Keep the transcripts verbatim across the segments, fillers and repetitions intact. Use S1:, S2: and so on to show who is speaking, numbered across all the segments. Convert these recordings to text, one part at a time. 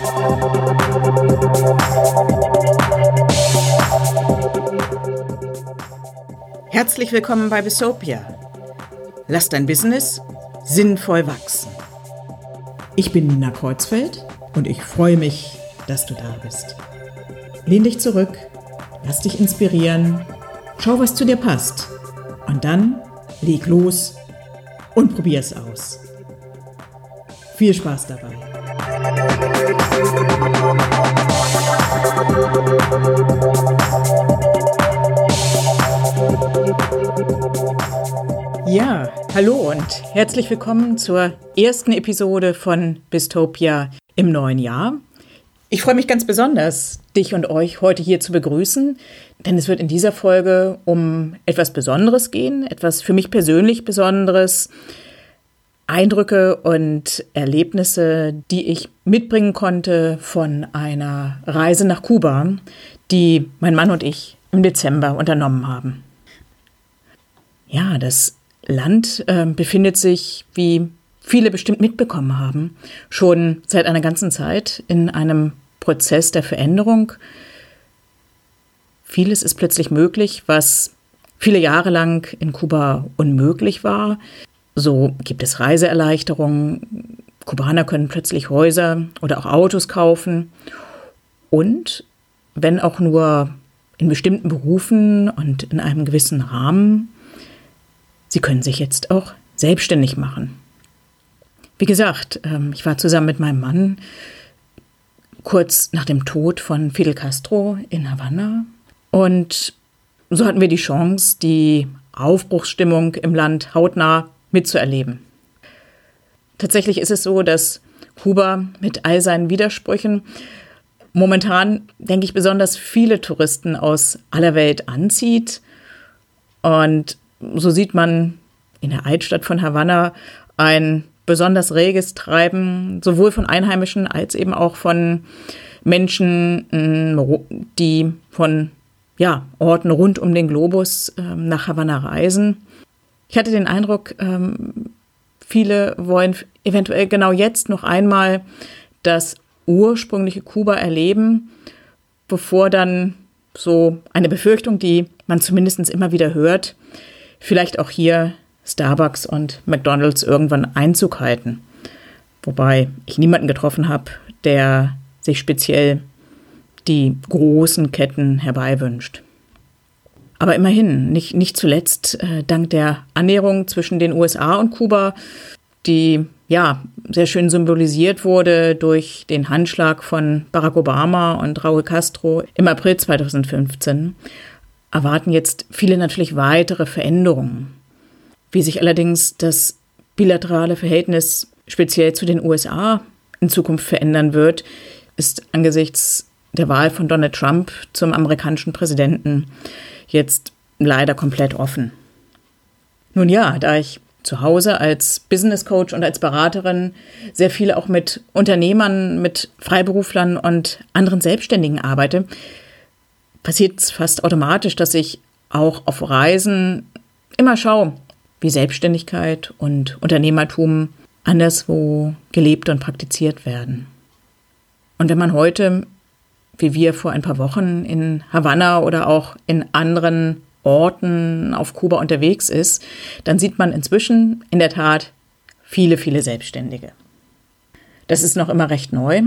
S1: Herzlich willkommen bei Besopia. Lass dein Business sinnvoll wachsen.
S2: Ich bin Nina Kreuzfeld und ich freue mich, dass du da bist. Lehn dich zurück, lass dich inspirieren, schau, was zu dir passt und dann leg los und probier es aus. Viel Spaß dabei.
S1: Ja, hallo und herzlich willkommen zur ersten Episode von Bestopia im neuen Jahr. Ich freue mich ganz besonders, dich und euch heute hier zu begrüßen, denn es wird in dieser Folge um etwas Besonderes gehen, etwas für mich persönlich Besonderes, Eindrücke und Erlebnisse, die ich mitbringen konnte von einer Reise nach Kuba, die mein Mann und ich im Dezember unternommen haben. Ja, das Land äh, befindet sich, wie viele bestimmt mitbekommen haben, schon seit einer ganzen Zeit in einem Prozess der Veränderung. Vieles ist plötzlich möglich, was viele Jahre lang in Kuba unmöglich war. So gibt es Reiseerleichterungen, Kubaner können plötzlich Häuser oder auch Autos kaufen und, wenn auch nur in bestimmten Berufen und in einem gewissen Rahmen, sie können sich jetzt auch selbstständig machen. Wie gesagt, ich war zusammen mit meinem Mann kurz nach dem Tod von Fidel Castro in Havanna und so hatten wir die Chance, die Aufbruchsstimmung im Land hautnah mitzuerleben. Tatsächlich ist es so, dass Kuba mit all seinen Widersprüchen momentan, denke ich, besonders viele Touristen aus aller Welt anzieht. Und so sieht man in der Altstadt von Havanna ein besonders reges Treiben, sowohl von Einheimischen als eben auch von Menschen, die von ja, Orten rund um den Globus nach Havanna reisen. Ich hatte den Eindruck, viele wollen eventuell genau jetzt noch einmal das ursprüngliche Kuba erleben, bevor dann so eine Befürchtung, die man zumindest immer wieder hört, vielleicht auch hier Starbucks und McDonald's irgendwann Einzug halten. Wobei ich niemanden getroffen habe, der sich speziell die großen Ketten herbeiwünscht. Aber immerhin, nicht, nicht zuletzt äh, dank der Annäherung zwischen den U S A und Kuba, die ja sehr schön symbolisiert wurde durch den Handschlag von Barack Obama und Raúl Castro im April zweitausendfünfzehn, erwarten jetzt viele natürlich weitere Veränderungen. Wie sich allerdings das bilaterale Verhältnis speziell zu den U S A in Zukunft verändern wird, ist angesichts der Wahl von Donald Trump zum amerikanischen Präsidenten jetzt leider komplett offen. Nun ja, da ich zu Hause als Business Coach und als Beraterin sehr viel auch mit Unternehmern, mit Freiberuflern und anderen Selbstständigen arbeite, passiert es fast automatisch, dass ich auch auf Reisen immer schaue, wie Selbstständigkeit und Unternehmertum anderswo gelebt und praktiziert werden. Und wenn man heute, wie wir vor ein paar Wochen in Havanna oder auch in anderen Orten auf Kuba unterwegs ist, dann sieht man inzwischen in der Tat viele, viele Selbstständige. Das ist noch immer recht neu.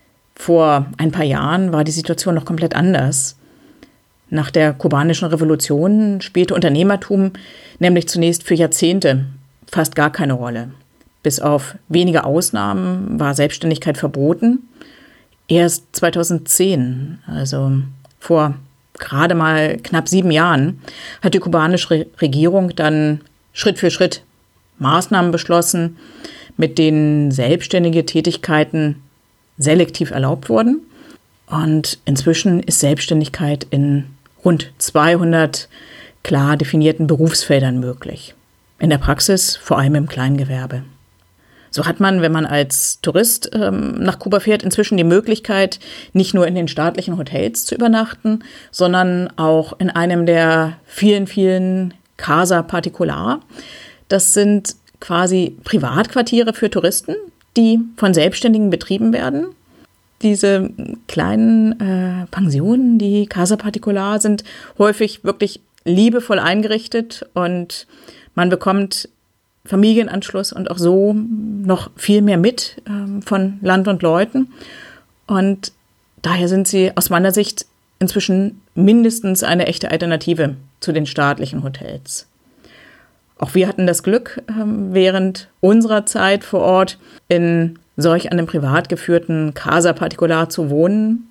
S1: Vor ein paar Jahren war die Situation noch komplett anders. Nach der kubanischen Revolution spielte Unternehmertum nämlich zunächst für Jahrzehnte fast gar keine Rolle. Bis auf wenige Ausnahmen war Selbstständigkeit verboten. Erst zweitausendzehn, also vor gerade mal knapp sieben Jahren, hat die kubanische Regierung dann Schritt für Schritt Maßnahmen beschlossen, mit denen selbstständige Tätigkeiten selektiv erlaubt wurden. Und inzwischen ist Selbstständigkeit in rund zweihundert klar definierten Berufsfeldern möglich. In der Praxis vor allem im Kleingewerbe. So hat man, wenn man als Tourist ähm, nach Kuba fährt, inzwischen die Möglichkeit, nicht nur in den staatlichen Hotels zu übernachten, sondern auch in einem der vielen, vielen Casa Particular. Das sind quasi Privatquartiere für Touristen, die von Selbstständigen betrieben werden. Diese kleinen äh, Pensionen, die Casa Particular, sind häufig wirklich liebevoll eingerichtet und man bekommt Familienanschluss und auch so noch viel mehr mit ähm, von Land und Leuten. Und daher sind sie aus meiner Sicht inzwischen mindestens eine echte Alternative zu den staatlichen Hotels. Auch wir hatten das Glück, ähm, während unserer Zeit vor Ort in solch einem privat geführten Casa Particular zu wohnen.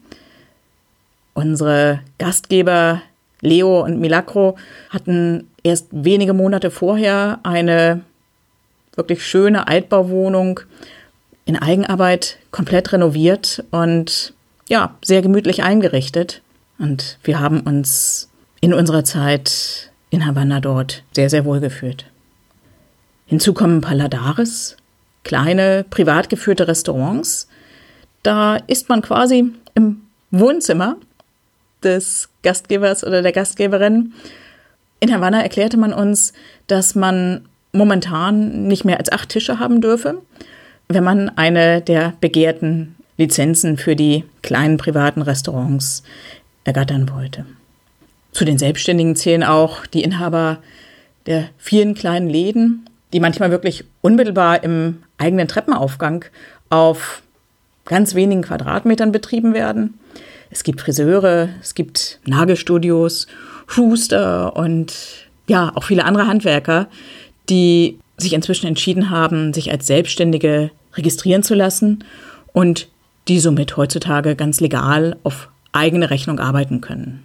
S1: Unsere Gastgeber Leo und Milagro hatten erst wenige Monate vorher eine wirklich schöne Altbauwohnung in Eigenarbeit komplett renoviert und ja, sehr gemütlich eingerichtet. Und wir haben uns in unserer Zeit in Havanna dort sehr, sehr wohl gefühlt. Hinzu kommen Paladares, kleine, privat geführte Restaurants. Da ist man quasi im Wohnzimmer des Gastgebers oder der Gastgeberin. In Havanna erklärte man uns, dass man momentan nicht mehr als acht Tische haben dürfe, wenn man eine der begehrten Lizenzen für die kleinen privaten Restaurants ergattern wollte. Zu den Selbstständigen zählen auch die Inhaber der vielen kleinen Läden, die manchmal wirklich unmittelbar im eigenen Treppenaufgang auf ganz wenigen Quadratmetern betrieben werden. Es gibt Friseure, es gibt Nagelstudios, Schuster und ja, auch viele andere Handwerker, die sich inzwischen entschieden haben, sich als Selbstständige registrieren zu lassen und die somit heutzutage ganz legal auf eigene Rechnung arbeiten können.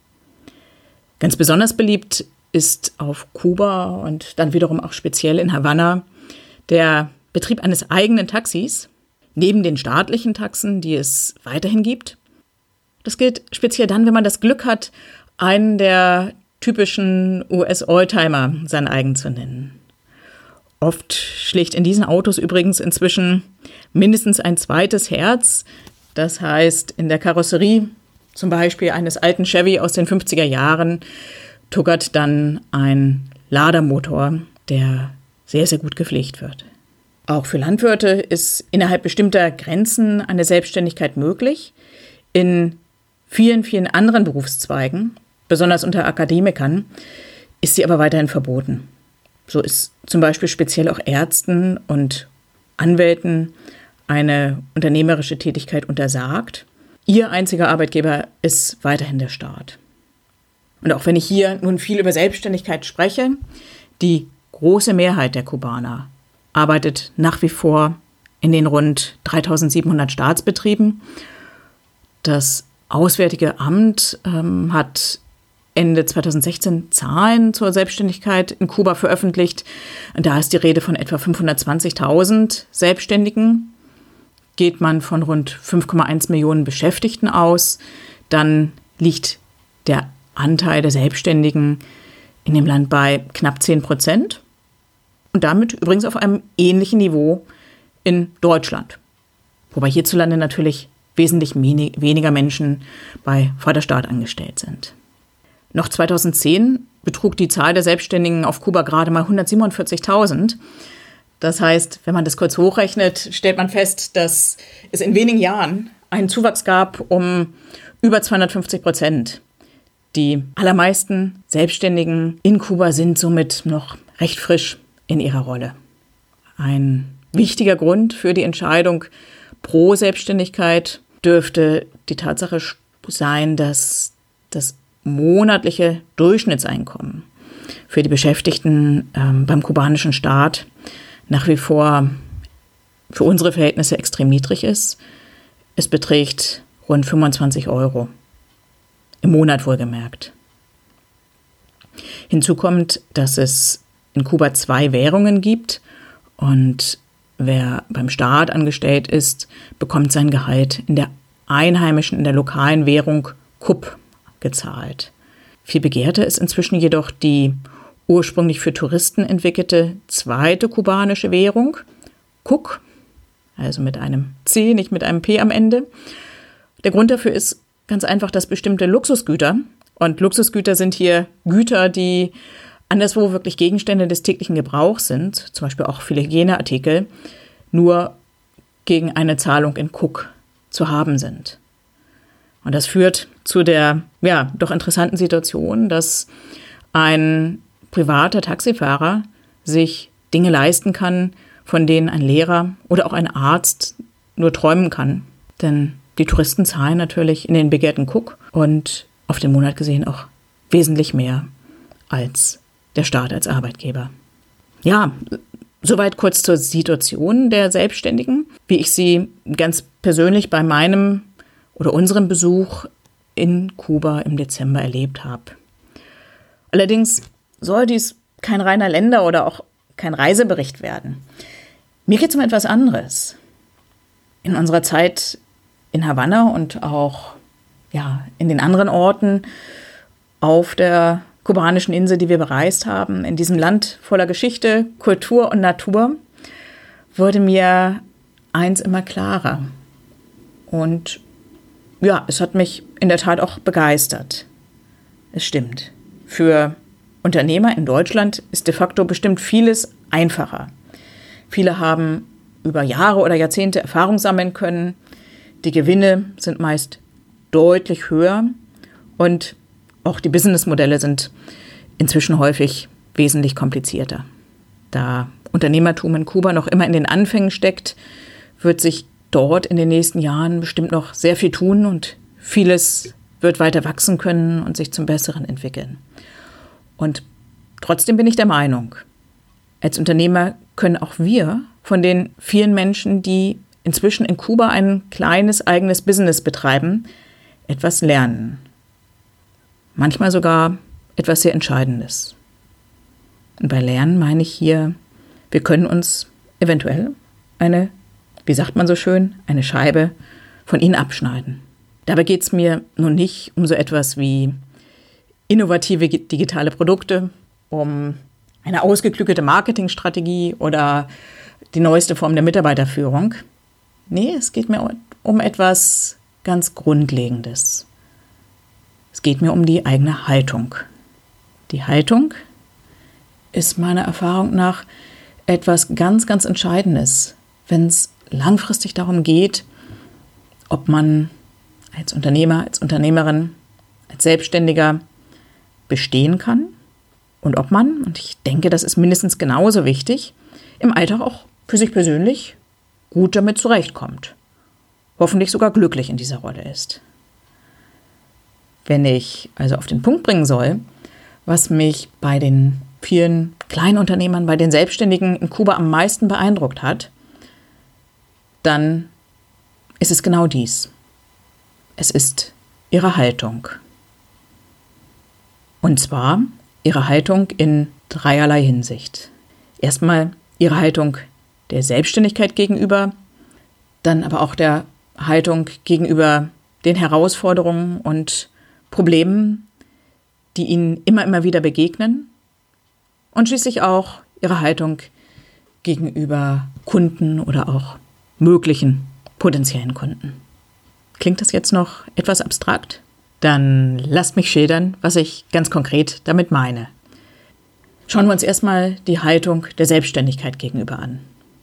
S1: Ganz besonders beliebt ist auf Kuba und dann wiederum auch speziell in Havanna der Betrieb eines eigenen Taxis, neben den staatlichen Taxen, die es weiterhin gibt. Das gilt speziell dann, wenn man das Glück hat, einen der typischen U S-Oldtimer sein eigen zu nennen. Oft schlägt in diesen Autos übrigens inzwischen mindestens ein zweites Herz. Das heißt, in der Karosserie, zum Beispiel eines alten Chevy aus den fünfziger Jahren, tuckert dann ein Ladermotor, der sehr, sehr gut gepflegt wird. Auch für Landwirte ist innerhalb bestimmter Grenzen eine Selbstständigkeit möglich. In vielen, vielen anderen Berufszweigen, besonders unter Akademikern, ist sie aber weiterhin verboten. So ist zum Beispiel speziell auch Ärzten und Anwälten eine unternehmerische Tätigkeit untersagt. Ihr einziger Arbeitgeber ist weiterhin der Staat. Und auch wenn ich hier nun viel über Selbstständigkeit spreche, die große Mehrheit der Kubaner arbeitet nach wie vor in den rund dreitausendsiebenhundert Staatsbetrieben. Das Auswärtige Amt ähm, hat Ende zweitausendsechzehn Zahlen zur Selbstständigkeit in Kuba veröffentlicht. Da ist die Rede von etwa fünfhundertzwanzigtausend Selbstständigen. Geht man von rund fünf Komma eins Millionen Beschäftigten aus, dann liegt der Anteil der Selbstständigen in dem Land bei knapp zehn Prozent und damit übrigens auf einem ähnlichen Niveau in Deutschland. Wobei hierzulande natürlich wesentlich weniger Menschen bei Vaterstaat angestellt sind. Noch zweitausendzehn betrug die Zahl der Selbstständigen auf Kuba gerade mal hundertsiebenundvierzigtausend. Das heißt, wenn man das kurz hochrechnet, stellt man fest, dass es in wenigen Jahren einen Zuwachs gab um über zweihundertfünfzig Prozent. Die allermeisten Selbstständigen in Kuba sind somit noch recht frisch in ihrer Rolle. Ein wichtiger Grund für die Entscheidung pro Selbstständigkeit dürfte die Tatsache sein, dass das monatliche Durchschnittseinkommen für die Beschäftigten ähm, beim kubanischen Staat nach wie vor für unsere Verhältnisse extrem niedrig ist. Es beträgt rund fünfundzwanzig Euro. Im Monat wohlgemerkt. Hinzu kommt, dass es in Kuba zwei Währungen gibt und wer beim Staat angestellt ist, bekommt sein Gehalt in der einheimischen, in der lokalen Währung C U P gezahlt. Viel begehrter ist inzwischen jedoch die ursprünglich für Touristen entwickelte zweite kubanische Währung, C U C, also mit einem C, nicht mit einem P am Ende. Der Grund dafür ist ganz einfach, dass bestimmte Luxusgüter, und Luxusgüter sind hier Güter, die anderswo wirklich Gegenstände des täglichen Gebrauchs sind, zum Beispiel auch viele Hygieneartikel, nur gegen eine Zahlung in C U C zu haben sind. Und das führt zu der, ja, doch interessanten Situation, dass ein privater Taxifahrer sich Dinge leisten kann, von denen ein Lehrer oder auch ein Arzt nur träumen kann. Denn die Touristen zahlen natürlich in den begehrten Cook und auf den Monat gesehen auch wesentlich mehr als der Staat als Arbeitgeber. Ja, soweit kurz zur Situation der Selbstständigen, wie ich sie ganz persönlich bei meinem oder unserem Besuch in Kuba im Dezember erlebt habe. Allerdings soll dies kein reiner Länder- oder auch kein Reisebericht werden. Mir geht es um etwas anderes. In unserer Zeit in Havanna und auch ja, in den anderen Orten auf der kubanischen Insel, die wir bereist haben, in diesem Land voller Geschichte, Kultur und Natur, wurde mir eins immer klarer. Und ja, es hat mich in der Tat auch begeistert. Es stimmt. Für Unternehmer in Deutschland ist de facto bestimmt vieles einfacher. Viele haben über Jahre oder Jahrzehnte Erfahrung sammeln können. Die Gewinne sind meist deutlich höher und auch die Businessmodelle sind inzwischen häufig wesentlich komplizierter. Da Unternehmertum in Kuba noch immer in den Anfängen steckt, wird sich dort in den nächsten Jahren bestimmt noch sehr viel tun und vieles wird weiter wachsen können und sich zum Besseren entwickeln. Und trotzdem bin ich der Meinung, als Unternehmer können auch wir von den vielen Menschen, die inzwischen in Kuba ein kleines eigenes Business betreiben, etwas lernen. Manchmal sogar etwas sehr Entscheidendes. Und bei Lernen meine ich hier, wir können uns eventuell eine, wie sagt man so schön, eine Scheibe von ihnen abschneiden. Dabei geht es mir nun nicht um so etwas wie innovative digitale Produkte, um eine ausgeklügelte Marketingstrategie oder die neueste Form der Mitarbeiterführung. Nee, es geht mir um etwas ganz Grundlegendes. Es geht mir um die eigene Haltung. Die Haltung ist meiner Erfahrung nach etwas ganz, ganz Entscheidendes, wenn es langfristig darum geht, ob man als Unternehmer, als Unternehmerin, als Selbstständiger bestehen kann und ob man, und ich denke, das ist mindestens genauso wichtig, im Alltag auch für sich persönlich gut damit zurechtkommt. Hoffentlich sogar glücklich in dieser Rolle ist. Wenn ich also auf den Punkt bringen soll, was mich bei den vielen Kleinunternehmern, bei den Selbstständigen in Kuba am meisten beeindruckt hat, dann ist es genau dies. Es ist ihre Haltung. Und zwar ihre Haltung in dreierlei Hinsicht. Erstmal ihre Haltung der Selbstständigkeit gegenüber, dann aber auch der Haltung gegenüber den Herausforderungen und Problemen, die ihnen immer, immer wieder begegnen und schließlich auch ihre Haltung gegenüber Kunden oder auch möglichen potenziellen Kunden. Klingt das jetzt noch etwas abstrakt? Dann lasst mich schildern, was ich ganz konkret damit meine. Schauen wir uns erstmal die Haltung der Selbstständigkeit gegenüber an.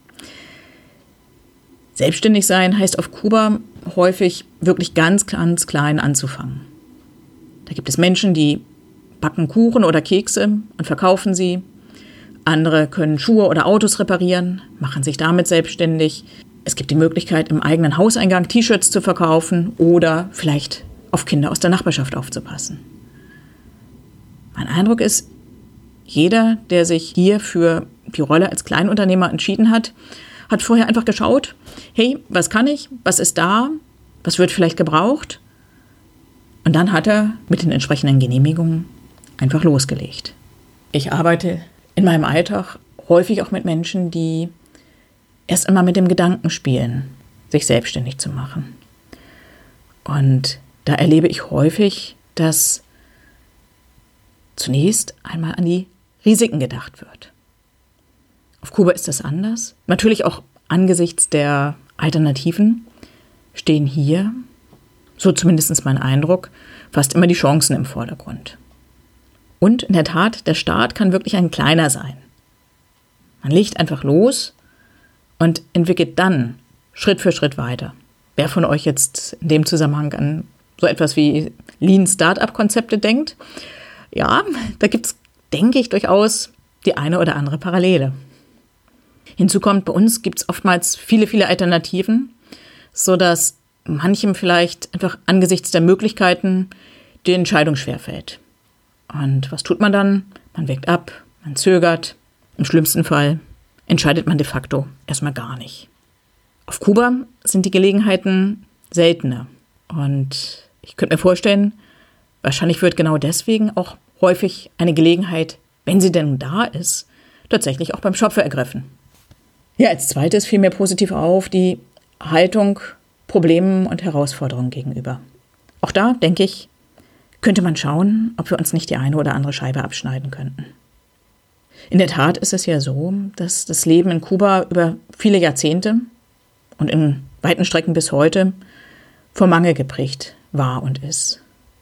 S1: Selbstständig sein heißt auf Kuba häufig wirklich ganz, ganz klein anzufangen. Da gibt es Menschen, die backen Kuchen oder Kekse und verkaufen sie. Andere können Schuhe oder Autos reparieren, machen sich damit selbstständig. Es gibt die Möglichkeit, im eigenen Hauseingang T-Shirts zu verkaufen oder vielleicht auf Kinder aus der Nachbarschaft aufzupassen. Mein Eindruck ist, jeder, der sich hier für die Rolle als Kleinunternehmer entschieden hat, hat vorher einfach geschaut, hey, was kann ich, was ist da, was wird vielleicht gebraucht? Und dann hat er mit den entsprechenden Genehmigungen einfach losgelegt. Ich arbeite in meinem Alltag häufig auch mit Menschen, die erst einmal mit dem Gedanken spielen, sich selbstständig zu machen. Und da erlebe ich häufig, dass zunächst einmal an die Risiken gedacht wird. Auf Kuba ist das anders. Natürlich auch angesichts der Alternativen stehen hier, so zumindest mein Eindruck, fast immer die Chancen im Vordergrund. Und in der Tat, der Start kann wirklich ein kleiner sein. Man legt einfach los und entwickelt dann Schritt für Schritt weiter, wer von euch jetzt in dem Zusammenhang an so etwas wie Lean-Startup-Konzepte denkt. Ja, da gibt es, denke ich, durchaus die eine oder andere Parallele. Hinzu kommt, bei uns gibt es oftmals viele, viele Alternativen, sodass manchem vielleicht einfach angesichts der Möglichkeiten die Entscheidung schwerfällt. Und was tut man dann? Man wägt ab, man zögert. Im schlimmsten Fall entscheidet man de facto erstmal gar nicht. Auf Kuba sind die Gelegenheiten seltener. Und ich könnte mir vorstellen, wahrscheinlich wird genau deswegen auch häufig eine Gelegenheit, wenn sie denn da ist, tatsächlich auch beim Schopfe ergriffen. Ja, als zweites fiel mir positiv auf die Haltung Problemen und Herausforderungen gegenüber. Auch da, denke ich, könnte man schauen, ob wir uns nicht die eine oder andere Scheibe abschneiden könnten. In der Tat ist es ja so, dass das Leben in Kuba über viele Jahrzehnte und in weiten Strecken bis heute vom Mangel geprägt war und ist.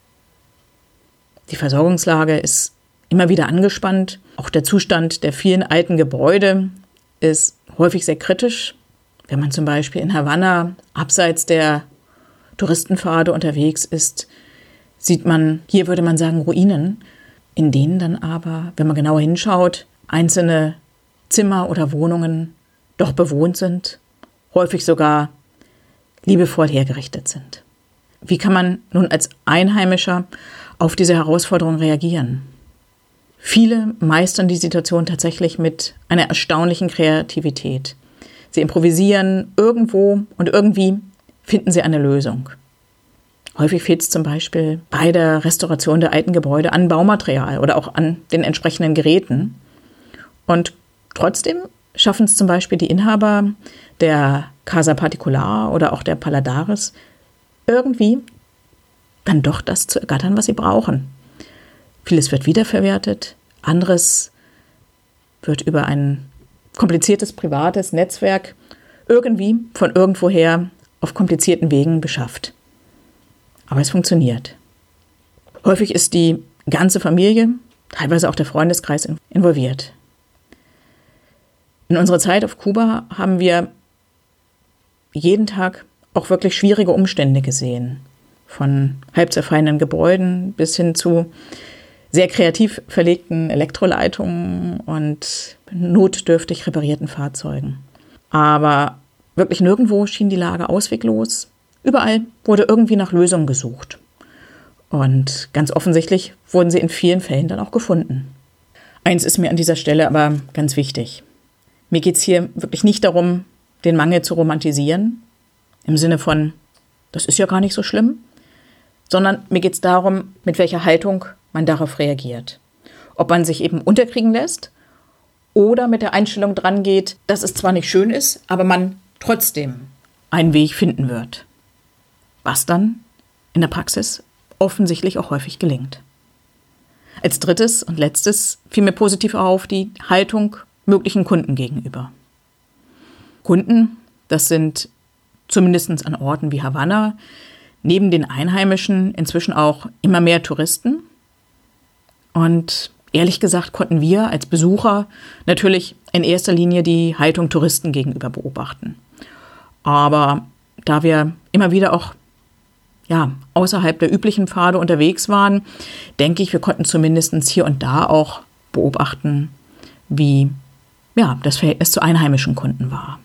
S1: Die Versorgungslage ist immer wieder angespannt. Auch der Zustand der vielen alten Gebäude ist häufig sehr kritisch. Wenn man zum Beispiel in Havanna abseits der Touristenpfade unterwegs ist, sieht man, hier würde man sagen, Ruinen, in denen dann aber, wenn man genauer hinschaut, einzelne Zimmer oder Wohnungen doch bewohnt sind, häufig sogar liebevoll hergerichtet sind. Wie kann man nun als Einheimischer auf diese Herausforderung reagieren? Viele meistern die Situation tatsächlich mit einer erstaunlichen Kreativität. Sie improvisieren irgendwo und irgendwie finden sie eine Lösung. Häufig fehlt es zum Beispiel bei der Restauration der alten Gebäude an Baumaterial oder auch an den entsprechenden Geräten. Und trotzdem schaffen es zum Beispiel die Inhaber der Casa Particular oder auch der Paladares irgendwie dann doch das zu ergattern, was sie brauchen. Vieles wird wiederverwertet, anderes wird über ein kompliziertes privates Netzwerk irgendwie von irgendwoher auf komplizierten Wegen beschafft. Aber es funktioniert. Häufig ist die ganze Familie, teilweise auch der Freundeskreis involviert. In unserer Zeit auf Kuba haben wir jeden Tag auch wirklich schwierige Umstände gesehen. Von halb zerfallenen Gebäuden bis hin zu sehr kreativ verlegten Elektroleitungen und notdürftig reparierten Fahrzeugen. Aber wirklich nirgendwo schien die Lage ausweglos. Überall wurde irgendwie nach Lösungen gesucht. Und ganz offensichtlich wurden sie in vielen Fällen dann auch gefunden. Eins ist mir an dieser Stelle aber ganz wichtig. Mir geht es hier wirklich nicht darum, den Mangel zu romantisieren, im Sinne von, das ist ja gar nicht so schlimm, sondern mir geht es darum, mit welcher Haltung man darauf reagiert. Ob man sich eben unterkriegen lässt oder mit der Einstellung dran geht, dass es zwar nicht schön ist, aber man trotzdem einen Weg finden wird. Was dann in der Praxis offensichtlich auch häufig gelingt. Als drittes und letztes fiel mir positiv auf die Haltung möglichen Kunden gegenüber. Kunden, das sind zumindest an Orten wie Havanna, neben den Einheimischen inzwischen auch immer mehr Touristen. Und ehrlich gesagt konnten wir als Besucher natürlich in erster Linie die Haltung Touristen gegenüber beobachten. Aber da wir immer wieder auch ja, außerhalb der üblichen Pfade unterwegs waren, denke ich, wir konnten zumindest hier und da auch beobachten, wie ja, das Verhältnis zu einheimischen Kunden war.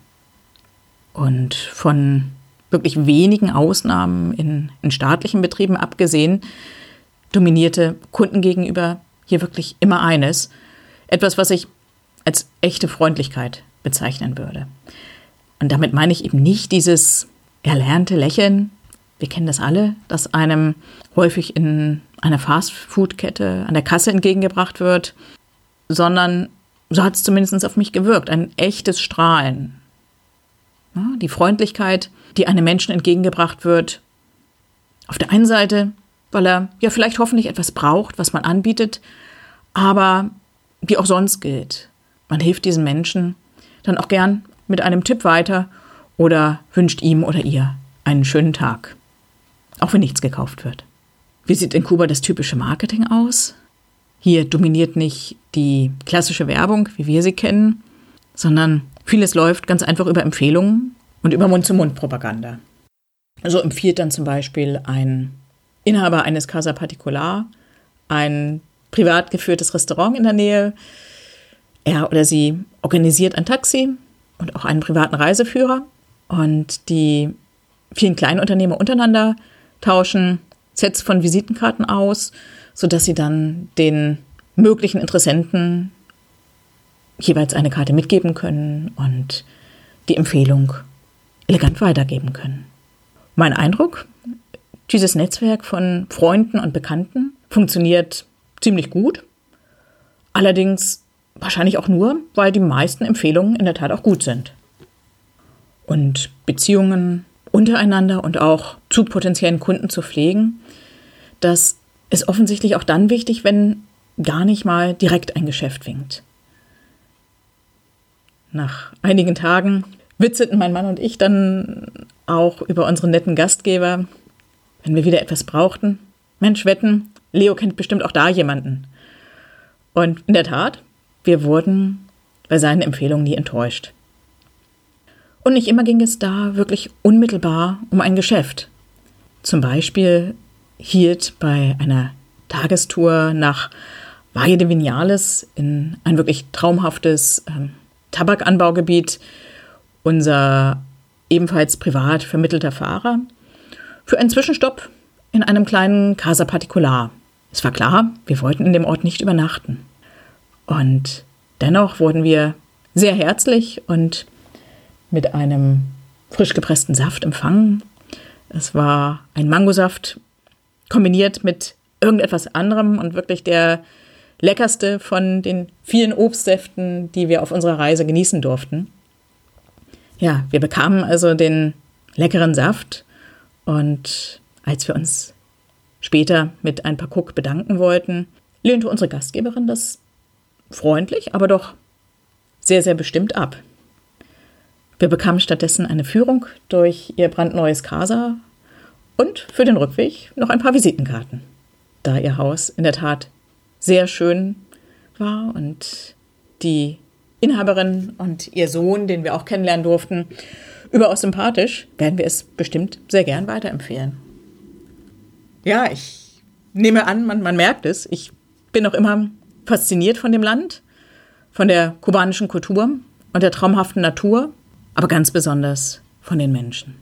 S1: Und von wirklich wenigen Ausnahmen in, in staatlichen Betrieben abgesehen, dominierte Kunden gegenüber hier wirklich immer eines. Etwas, was ich als echte Freundlichkeit bezeichnen würde. Und damit meine ich eben nicht dieses erlernte Lächeln. Wir kennen das alle, das einem häufig in einer Fast-Food-Kette an der Kasse entgegengebracht wird, sondern so hat es zumindest auf mich gewirkt, ein echtes Strahlen. Ja, die Freundlichkeit, die einem Menschen entgegengebracht wird, auf der einen Seite, weil er ja vielleicht hoffentlich etwas braucht, was man anbietet, aber wie auch sonst gilt. Man hilft diesen Menschen dann auch gern mit einem Tipp weiter oder wünscht ihm oder ihr einen schönen Tag, auch wenn nichts gekauft wird. Wie sieht in Kuba das typische Marketing aus? Hier dominiert nicht die klassische Werbung, wie wir sie kennen, sondern vieles läuft ganz einfach über Empfehlungen und über Mund-zu-Mund-Propaganda. So empfiehlt dann zum Beispiel ein Inhaber eines Casa Particular ein privat geführtes Restaurant in der Nähe. Er oder sie organisiert ein Taxi und auch einen privaten Reiseführer. Und die vielen Kleinunternehmer untereinander tauschen Sets von Visitenkarten aus, sodass sie dann den möglichen Interessenten jeweils eine Karte mitgeben können und die Empfehlung elegant weitergeben können. Mein Eindruck, dieses Netzwerk von Freunden und Bekannten funktioniert ziemlich gut. Allerdings wahrscheinlich auch nur, weil die meisten Empfehlungen in der Tat auch gut sind. Und Beziehungen untereinander und auch zu potenziellen Kunden zu pflegen, das ist offensichtlich auch dann wichtig, wenn gar nicht mal direkt ein Geschäft winkt. Nach einigen Tagen witzelten mein Mann und ich dann auch über unseren netten Gastgeber, wenn wir wieder etwas brauchten. Mensch, wetten, Leo kennt bestimmt auch da jemanden. Und in der Tat, wir wurden bei seinen Empfehlungen nie enttäuscht. Und nicht immer ging es da wirklich unmittelbar um ein Geschäft. Zum Beispiel hielt bei einer Tagestour nach Valle de Viñales in ein wirklich traumhaftes ähm, Tabakanbaugebiet unser ebenfalls privat vermittelter Fahrer für einen Zwischenstopp in einem kleinen Casa Particular. Es war klar, wir wollten in dem Ort nicht übernachten. Und dennoch wurden wir sehr herzlich und mit einem frisch gepressten Saft empfangen. Es war ein Mangosaft kombiniert mit irgendetwas anderem und wirklich der leckerste von den vielen Obstsäften, die wir auf unserer Reise genießen durften. Ja, wir bekamen also den leckeren Saft und als wir uns später mit ein paar Cook bedanken wollten, lehnte unsere Gastgeberin das freundlich, aber doch sehr, sehr bestimmt ab. Wir bekamen stattdessen eine Führung durch ihr brandneues Casa und für den Rückweg noch ein paar Visitenkarten, da ihr Haus in der Tat sehr schön war und die Inhaberin und ihr Sohn, den wir auch kennenlernen durften, überaus sympathisch, werden wir es bestimmt sehr gern weiterempfehlen. Ja, ich nehme an, man, man merkt es, ich bin noch immer fasziniert von dem Land, von der kubanischen Kultur und der traumhaften Natur, aber ganz besonders von den Menschen.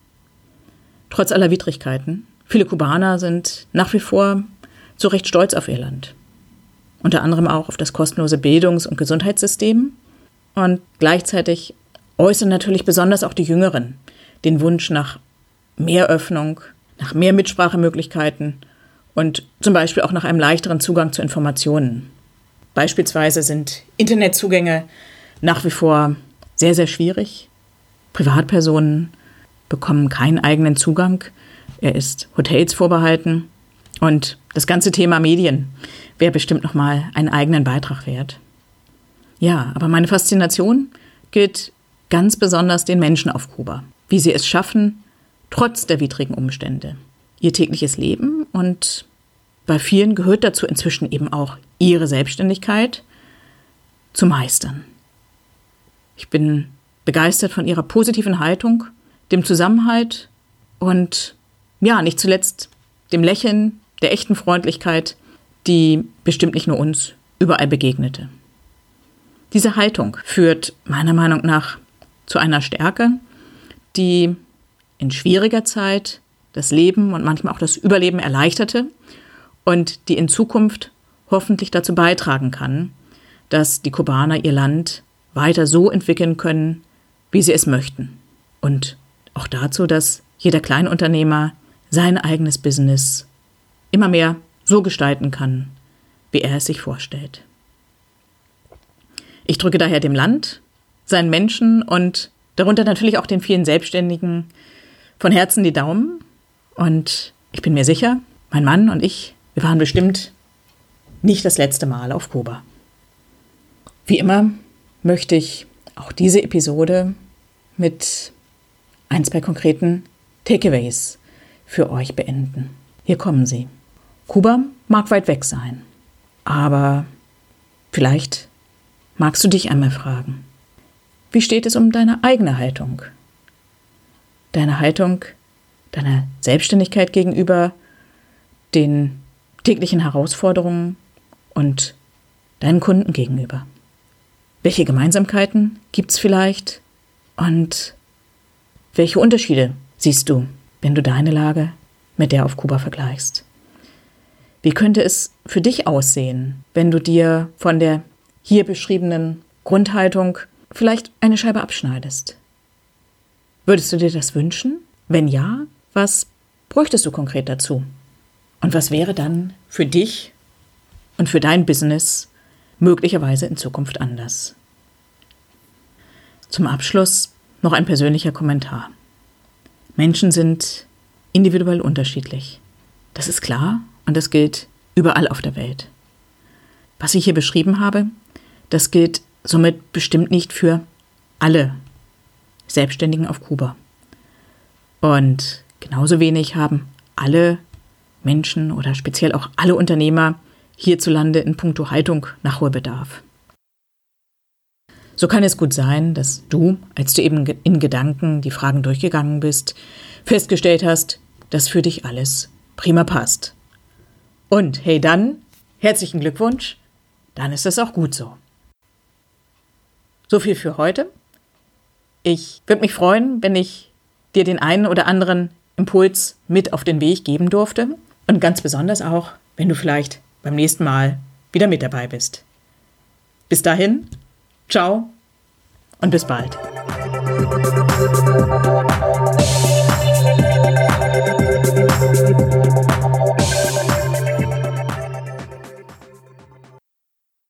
S1: Trotz aller Widrigkeiten, viele Kubaner sind nach wie vor zu Recht stolz auf ihr Land. Unter anderem auch auf das kostenlose Bildungs- und Gesundheitssystem. Und gleichzeitig äußern natürlich besonders auch die Jüngeren den Wunsch nach mehr Öffnung, nach mehr Mitsprachemöglichkeiten und zum Beispiel auch nach einem leichteren Zugang zu Informationen. Beispielsweise sind Internetzugänge nach wie vor sehr, sehr schwierig. Privatpersonen bekommen keinen eigenen Zugang. Er ist Hotels vorbehalten. Und das ganze Thema Medien wäre bestimmt nochmal einen eigenen Beitrag wert. Ja, aber meine Faszination gilt ganz besonders den Menschen auf Kuba. Wie sie es schaffen, trotz der widrigen Umstände, ihr tägliches Leben und bei vielen gehört dazu inzwischen eben auch ihre Selbstständigkeit zu meistern. Ich bin begeistert von ihrer positiven Haltung, dem Zusammenhalt und ja, nicht zuletzt dem Lächeln, der echten Freundlichkeit, die bestimmt nicht nur uns überall begegnete. Diese Haltung führt meiner Meinung nach zu einer Stärke, die in schwieriger Zeit das Leben und manchmal auch das Überleben erleichterte und die in Zukunft hoffentlich dazu beitragen kann, dass die Kubaner ihr Land weiter so entwickeln können, wie sie es möchten. Und auch dazu, dass jeder Kleinunternehmer sein eigenes Business immer mehr so gestalten kann, wie er es sich vorstellt. Ich drücke daher dem Land, seinen Menschen und darunter natürlich auch den vielen Selbstständigen von Herzen die Daumen. Und ich bin mir sicher, mein Mann und ich, wir waren bestimmt nicht das letzte Mal auf Kuba. Wie immer möchte ich auch diese Episode mit ein, zwei konkreten Takeaways für euch beenden. Hier kommen sie. Kuba mag weit weg sein, aber vielleicht magst du dich einmal fragen, wie steht es um deine eigene Haltung? Deine Haltung deiner Selbstständigkeit gegenüber, den täglichen Herausforderungen und deinen Kunden gegenüber? Welche Gemeinsamkeiten gibt es vielleicht und welche Unterschiede siehst du, wenn du deine Lage mit der auf Kuba vergleichst? Wie könnte es für dich aussehen, wenn du dir von der hier beschriebenen Grundhaltung vielleicht eine Scheibe abschneidest? Würdest du dir das wünschen? Wenn ja, was bräuchtest du konkret dazu? Und was wäre dann für dich und für dein Business möglicherweise in Zukunft anders? Zum Abschluss noch ein persönlicher Kommentar. Menschen sind individuell unterschiedlich. Das ist klar und das gilt überall auf der Welt. Was ich hier beschrieben habe, das gilt somit bestimmt nicht für alle Selbstständigen auf Kuba. Und genauso wenig haben alle Menschen oder speziell auch alle Unternehmer hierzulande in puncto Haltung Nachholbedarf. So kann es gut sein, dass du, als du eben in Gedanken die Fragen durchgegangen bist, festgestellt hast, dass für dich alles prima passt. Und hey dann, herzlichen Glückwunsch, dann ist es auch gut so. So viel für heute. Ich würde mich freuen, wenn ich dir den einen oder anderen Impuls mit auf den Weg geben durfte und ganz besonders auch, wenn du vielleicht beim nächsten Mal wieder mit dabei bist. Bis dahin, ciao und bis bald.